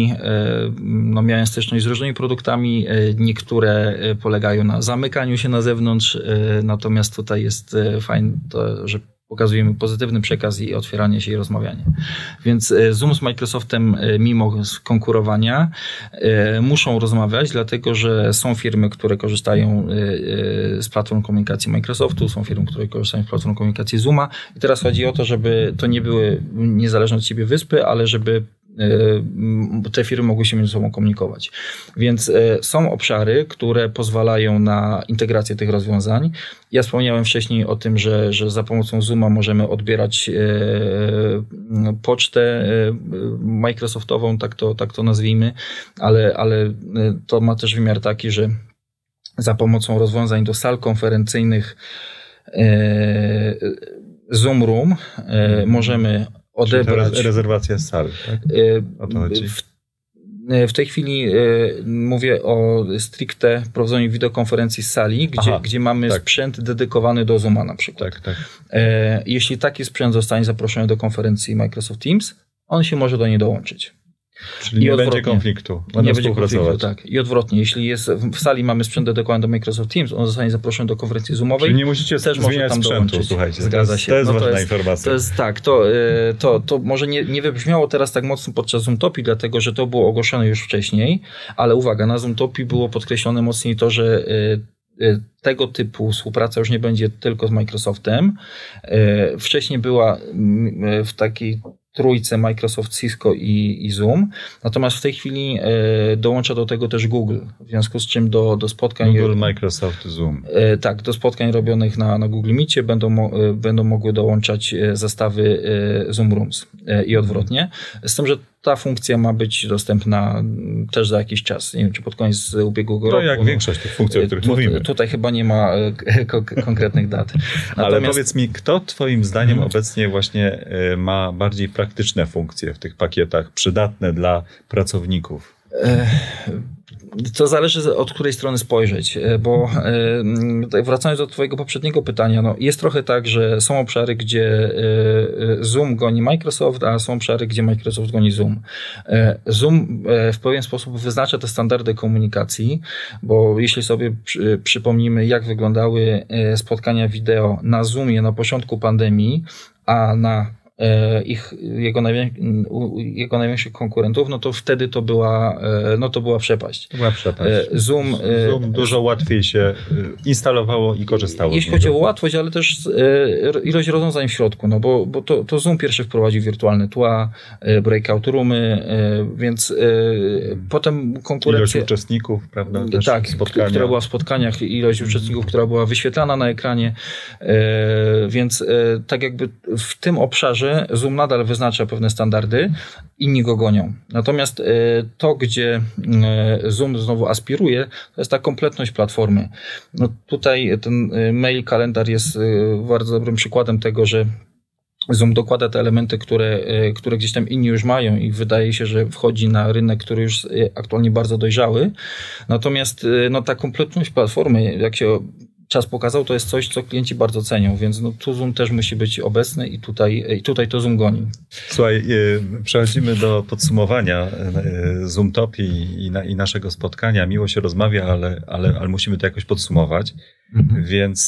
no miałem styczność z różnymi produktami. Niektóre polegają na zamykaniu się na zewnątrz, natomiast tutaj jest fajne to, że pokazujemy pozytywny przekaz i otwieranie się i rozmawianie. Więc Zoom z Microsoftem mimo konkurowania muszą rozmawiać, dlatego że są firmy, które korzystają z platform komunikacji Microsoftu, są firmy, które korzystają z platform komunikacji Zooma i teraz chodzi o to, żeby to nie były niezależne od siebie wyspy, ale żeby te firmy mogły się między sobą komunikować. Więc są obszary, które pozwalają na integrację tych rozwiązań. Ja wspomniałem wcześniej o tym, że, że za pomocą Zooma możemy odbierać pocztę Microsoftową, tak to, tak to nazwijmy, ale, ale to ma też wymiar taki, że za pomocą rozwiązań do sal konferencyjnych Zoom Room możemy odebrać... Czyli rezerwacja sal, tak? O to chodzi. W, w tej chwili mówię o stricte prowadzeniu wideokonferencji z sali, gdzie, Aha, gdzie mamy tak. sprzęt dedykowany do Zooma na przykład. Tak, tak. Jeśli taki sprzęt zostanie zaproszony do konferencji Microsoft Teams, on się może do niej dołączyć. Czyli nie będzie konfliktu. Nie będzie konfliktu, tak. I odwrotnie. Jeśli jest w sali mamy sprzęt dedykowany do Microsoft Teams, on zostanie zaproszony do konferencji Zoomowej. Czyli nie musicie też zmieniać tam sprzętu, dołączyć. słuchajcie. Zgadza się. To jest no ważna to jest, informacja. To jest tak. To, to, to może nie, nie wybrzmiało teraz tak mocno podczas Zoomtopii, dlatego że to było ogłoszone już wcześniej, ale uwaga, na Zoomtopii było podkreślone mocniej to, że tego typu współpraca już nie będzie tylko z Microsoftem. Wcześniej była w takiej trójce Microsoft, Cisco i, i Zoom. Natomiast w tej chwili e, dołącza do tego też Google, w związku z czym do, do spotkań... Google, Microsoft, Zoom. E, tak, do spotkań robionych na, na Google Meetie będą, mo, e, będą mogły dołączać zestawy e, Zoom Rooms e, i odwrotnie. Z tym, że ta funkcja ma być dostępna też za jakiś czas. Nie wiem, czy pod koniec ubiegłego no, roku. No jak większość tych funkcji, o których tu, mówimy. Tutaj chyba nie ma konkretnych dat. Natomiast... Ale powiedz mi, kto twoim zdaniem hmm. obecnie właśnie ma bardziej praktyczne funkcje w tych pakietach, przydatne dla pracowników? To zależy od której strony spojrzeć, bo wracając do twojego poprzedniego pytania, no jest trochę tak, że są obszary, gdzie Zoom goni Microsoft, a są obszary, gdzie Microsoft goni Zoom. Zoom w pewien sposób wyznacza te standardy komunikacji, bo jeśli sobie przy, przypomnimy, jak wyglądały spotkania wideo na Zoomie na początku pandemii, a na ich, jego, najwię, jego największych konkurentów, no to wtedy to była, no to była przepaść. To była przepaść. Zoom, Zoom dużo łatwiej się instalowało i korzystało Jeśli z chodzi niego. o łatwość, ale też ilość rozwiązań w środku, no bo, bo to, to Zoom pierwszy wprowadził wirtualne tła, breakout roomy, więc potem konkurencja... Ilość uczestników, prawda? Też tak, spotkania. która była w spotkaniach, ilość uczestników, która była wyświetlana na ekranie, więc tak jakby w tym obszarze Zoom nadal wyznacza pewne standardy, inni go gonią. Natomiast to, gdzie Zoom znowu aspiruje, to jest ta kompletność platformy. No tutaj ten mail kalendar jest bardzo dobrym przykładem tego, że Zoom dokłada te elementy, które, które gdzieś tam inni już mają i wydaje się, że wchodzi na rynek, który już jest aktualnie bardzo dojrzały. Natomiast no, ta kompletność platformy, jak się czas pokazał, to jest coś, co klienci bardzo cenią, więc no, tu Zoom też musi być obecny i tutaj, i tutaj to Zoom goni. Słuchaj, przechodzimy do podsumowania Zoomtopii i, na, i naszego spotkania. Miło się rozmawia, ale, ale, ale musimy to jakoś podsumować. Mhm. Więc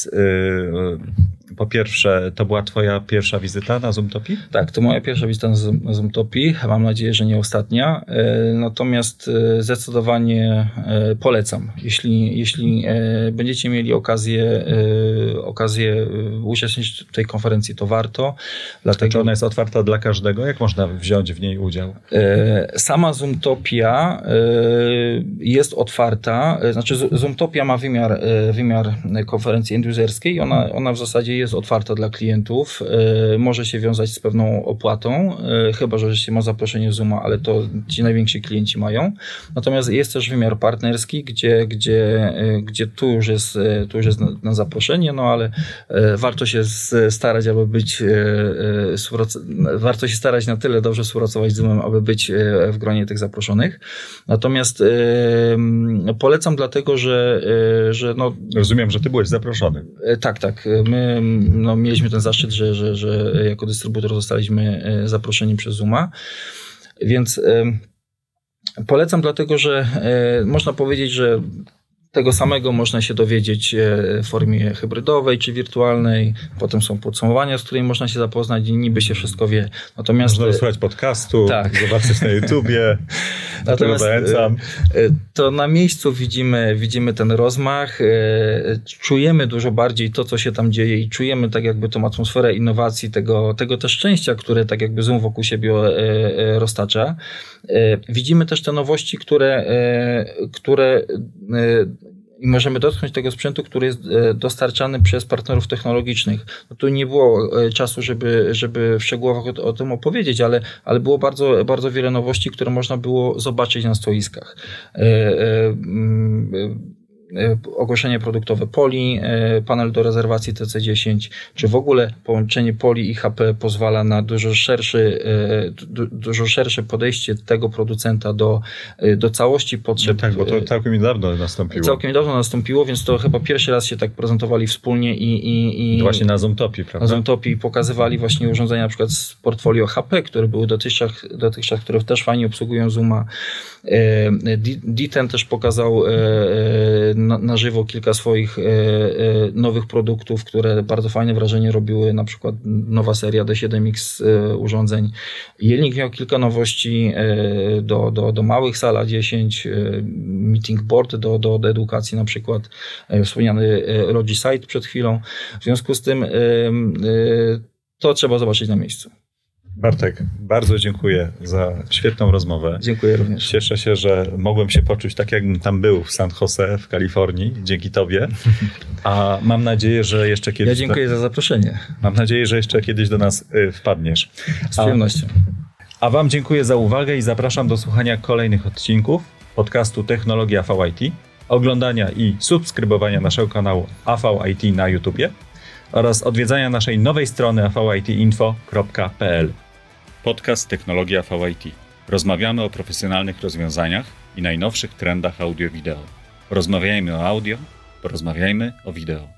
y, po pierwsze, to była twoja pierwsza wizyta na Zoomtopii? Tak, to moja pierwsza wizyta na Zoomtopii. Mam nadzieję, że nie ostatnia. Natomiast zdecydowanie polecam. Jeśli, jeśli będziecie mieli okazję, okazję uczestniczyć w tej konferencji, to warto. Dlatego... Czy ona jest otwarta dla każdego? Jak można wziąć w niej udział? Sama Zoomtopia jest otwarta. Znaczy Zoomtopia ma wymiar, wymiar konferencji end-userskiej. Ona, ona w zasadzie jest otwarta dla klientów. Może się wiązać z pewną opłatą, chyba że się ma zaproszenie Zooma, ale to ci najwięksi klienci mają. Natomiast jest też wymiar partnerski, gdzie, gdzie, gdzie tu już jest, tu już jest na, na zaproszenie, no ale warto się starać, aby być warto się starać na tyle dobrze współpracować z Zoomem, aby być w gronie tych zaproszonych. Natomiast polecam dlatego, że, że no... Rozumiem, że ty byłeś zaproszony. Tak, tak. My no, mieliśmy ten zaszczyt, że, że, że jako dystrybutor zostaliśmy zaproszeni przez Zooma, więc polecam dlatego, że można powiedzieć, że Tego samego można się dowiedzieć w formie hybrydowej czy wirtualnej. Potem są podsumowania, z którymi można się zapoznać i niby się wszystko wie. Natomiast można słuchać podcastu, tak. zobaczyć na YouTubie. Natomiast to na miejscu widzimy, widzimy ten rozmach, czujemy dużo bardziej to, co się tam dzieje i czujemy tak jakby tą atmosferę innowacji, tego, tego też szczęścia, które tak jakby Zoom wokół siebie roztacza. Widzimy też te nowości, które, które i możemy dotknąć tego sprzętu, który jest dostarczany przez partnerów technologicznych. No tu nie było czasu, żeby, żeby w szczegółach o, o tym opowiedzieć, ale, ale było bardzo, bardzo wiele nowości, które można było zobaczyć na stoiskach. Ogłoszenie produktowe Poli, panel do rezerwacji T C dziesięć, czy w ogóle połączenie Poli i H P pozwala na dużo szerszy, dużo szersze podejście tego producenta do, do całości potrzeb. No tak, bo to całkiem niedawno nastąpiło. Całkiem niedawno nastąpiło, więc to chyba pierwszy raz się tak prezentowali wspólnie i... i, i właśnie na Zoomtopii, prawda? Na Zoomtopii pokazywali właśnie urządzenia na przykład z portfolio H P, które były dotychczas, dotychczas które też fajnie obsługują Zooma. D ten też pokazał na, na żywo kilka swoich nowych produktów, które bardzo fajne wrażenie robiły, na przykład nowa seria D siedem X urządzeń. Jelnik miał kilka nowości do, do, do małych sal A dziesięć, meeting board do, do, do edukacji, na przykład wspomniany Logicite przed chwilą. W związku z tym to trzeba zobaczyć na miejscu. Bartek, bardzo dziękuję za świetną rozmowę. Dziękuję również. Cieszę się, że mogłem się poczuć tak, jakbym tam był w San Jose w Kalifornii, dzięki tobie. A mam nadzieję, że jeszcze kiedyś... Ja dziękuję do... za zaproszenie. Mam nadzieję, że jeszcze kiedyś do nas y, wpadniesz. Z przyjemnością. A, a wam dziękuję za uwagę i zapraszam do słuchania kolejnych odcinków podcastu Technologia V I T, oglądania i subskrybowania naszego kanału A V I T na YouTubie oraz odwiedzania naszej nowej strony a v i t info kropka p l. Podcast Technologia V I T. Rozmawiamy o profesjonalnych rozwiązaniach i najnowszych trendach audio-wideo. Porozmawiajmy o audio, porozmawiajmy o wideo.